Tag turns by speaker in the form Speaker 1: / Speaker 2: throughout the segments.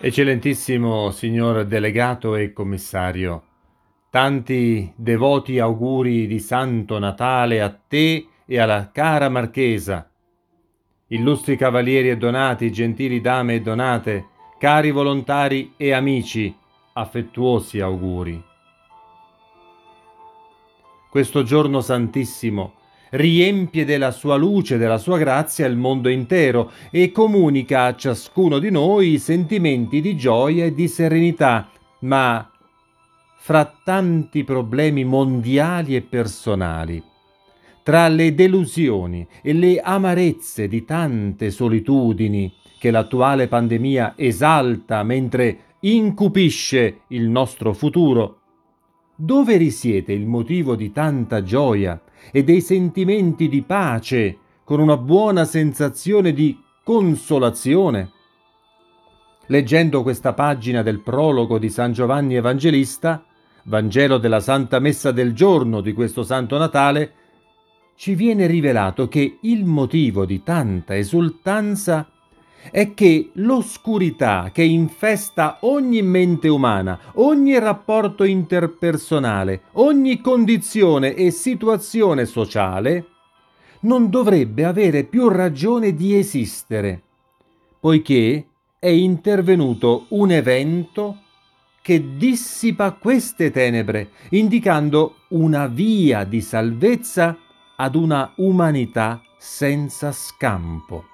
Speaker 1: Eccellentissimo signor delegato e commissario, tanti devoti auguri di Santo Natale a te e alla cara Marchesa. Illustri cavalieri e donati, gentili dame e donate, cari volontari e amici, affettuosi auguri. Questo giorno santissimo riempie della sua luce, della sua grazia il mondo intero e comunica a ciascuno di noi sentimenti di gioia e di serenità, ma fra tanti problemi mondiali e personali, tra le delusioni e le amarezze di tante solitudini che l'attuale pandemia esalta mentre incupisce il nostro futuro, dove risiede il motivo di tanta gioia e dei sentimenti di pace con una buona sensazione di consolazione? Leggendo questa pagina del prologo di San Giovanni Evangelista, Vangelo della Santa Messa del giorno di questo Santo Natale, ci viene rivelato che il motivo di tanta esultanza è che l'oscurità che infesta ogni mente umana, ogni rapporto interpersonale, ogni condizione e situazione sociale, non dovrebbe avere più ragione di esistere, poiché è intervenuto un evento che dissipa queste tenebre, indicando una via di salvezza ad una umanità senza scampo.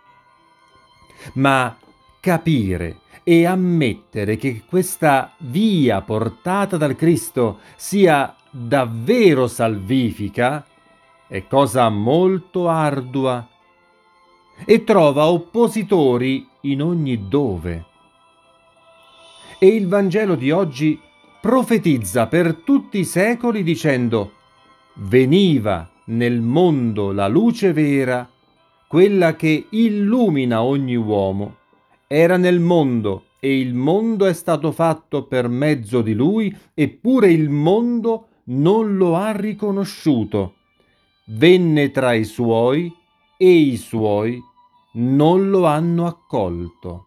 Speaker 1: Ma capire e ammettere che questa via portata dal Cristo sia davvero salvifica è cosa molto ardua e trova oppositori in ogni dove. E il Vangelo di oggi profetizza per tutti i secoli dicendo: veniva nel mondo la luce vera, quella che illumina ogni uomo. Era nel mondo e il mondo è stato fatto per mezzo di lui, eppure il mondo non lo ha riconosciuto. Venne tra i suoi e i suoi non lo hanno accolto.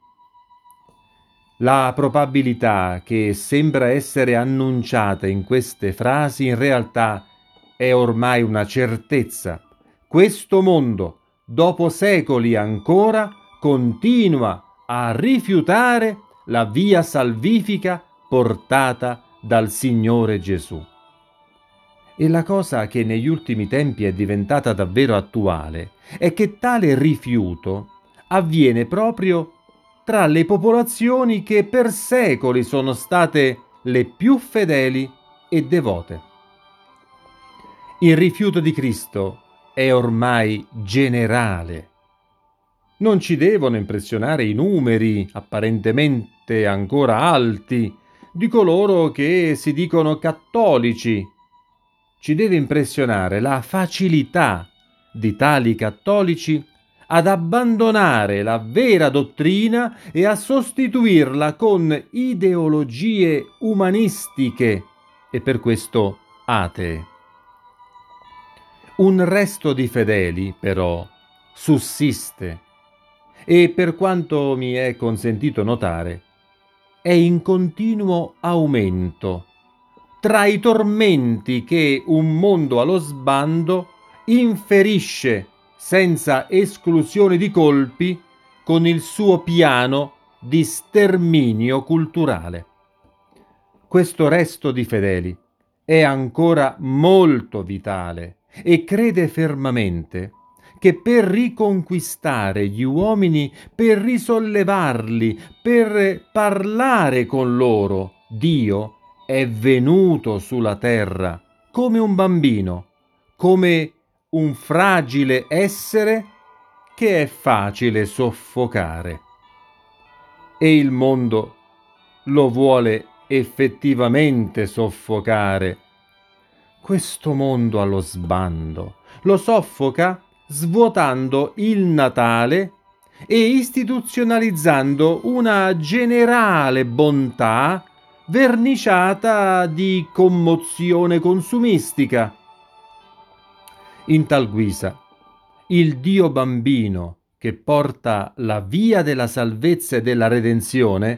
Speaker 1: La probabilità che sembra essere annunciata in queste frasi in realtà è ormai una certezza. Questo mondo, dopo secoli ancora, continua a rifiutare la via salvifica portata dal Signore Gesù. E la cosa che negli ultimi tempi è diventata davvero attuale è che tale rifiuto avviene proprio tra le popolazioni che per secoli sono state le più fedeli e devote. Il rifiuto di Cristo è ormai generale. Non ci devono impressionare i numeri apparentemente ancora alti di coloro che si dicono cattolici. Ci deve impressionare la facilità di tali cattolici ad abbandonare la vera dottrina e a sostituirla con ideologie umanistiche e per questo atee. Un resto di fedeli, però, sussiste e, per quanto mi è consentito notare, è in continuo aumento tra i tormenti che un mondo allo sbando inferisce senza esclusione di colpi con il suo piano di sterminio culturale. Questo resto di fedeli è ancora molto vitale e crede fermamente che per riconquistare gli uomini, per risollevarli, per parlare con loro, Dio è venuto sulla terra come un bambino, come un fragile essere che è facile soffocare. E il mondo lo vuole effettivamente soffocare. Questo mondo allo sbando lo soffoca svuotando il Natale e istituzionalizzando una generale bontà verniciata di commozione consumistica. In tal guisa, il Dio bambino che porta la via della salvezza e della redenzione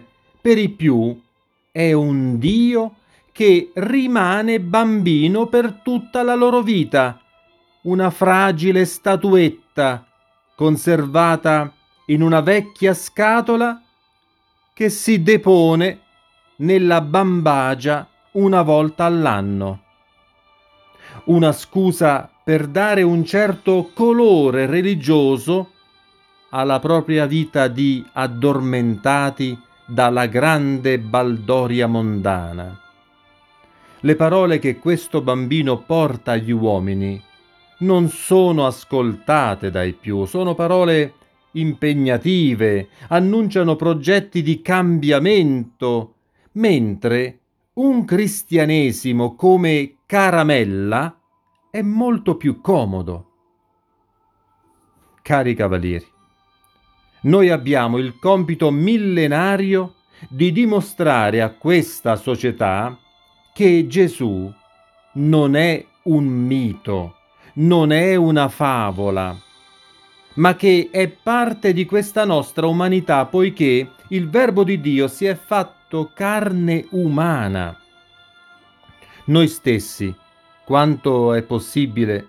Speaker 1: per i più è un Dio che rimane bambino per tutta la loro vita, una fragile statuetta conservata in una vecchia scatola che si depone nella bambagia una volta all'anno. Una scusa per dare un certo colore religioso alla propria vita di addormentati dalla grande baldoria mondana. Le parole che questo bambino porta agli uomini non sono ascoltate dai più, sono parole impegnative, annunciano progetti di cambiamento, mentre un cristianesimo come caramella è molto più comodo. Cari cavalieri, noi abbiamo il compito millenario di dimostrare a questa società che Gesù non è un mito, non è una favola, ma che è parte di questa nostra umanità, poiché il Verbo di Dio si è fatto carne umana. Noi stessi, quanto è possibile,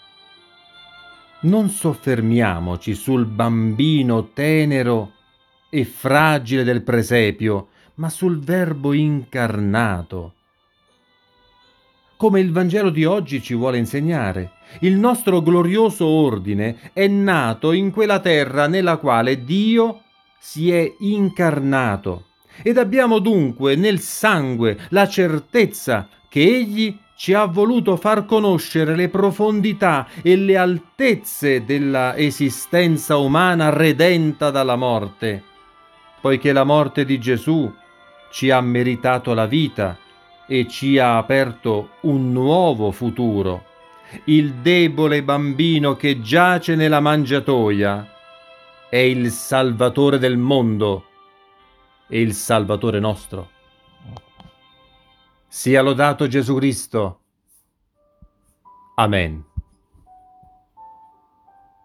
Speaker 1: non soffermiamoci sul bambino tenero e fragile del presepio, ma sul Verbo incarnato. Come il Vangelo di oggi ci vuole insegnare, il nostro glorioso ordine è nato in quella terra nella quale Dio si è incarnato ed abbiamo dunque nel sangue la certezza che Egli ci ha voluto far conoscere le profondità e le altezze della esistenza umana redenta dalla morte, poiché la morte di Gesù ci ha meritato la vita e ci ha aperto un nuovo futuro. Il debole bambino che giace nella mangiatoia è il Salvatore del mondo e il Salvatore nostro. Sia lodato Gesù Cristo. Amen.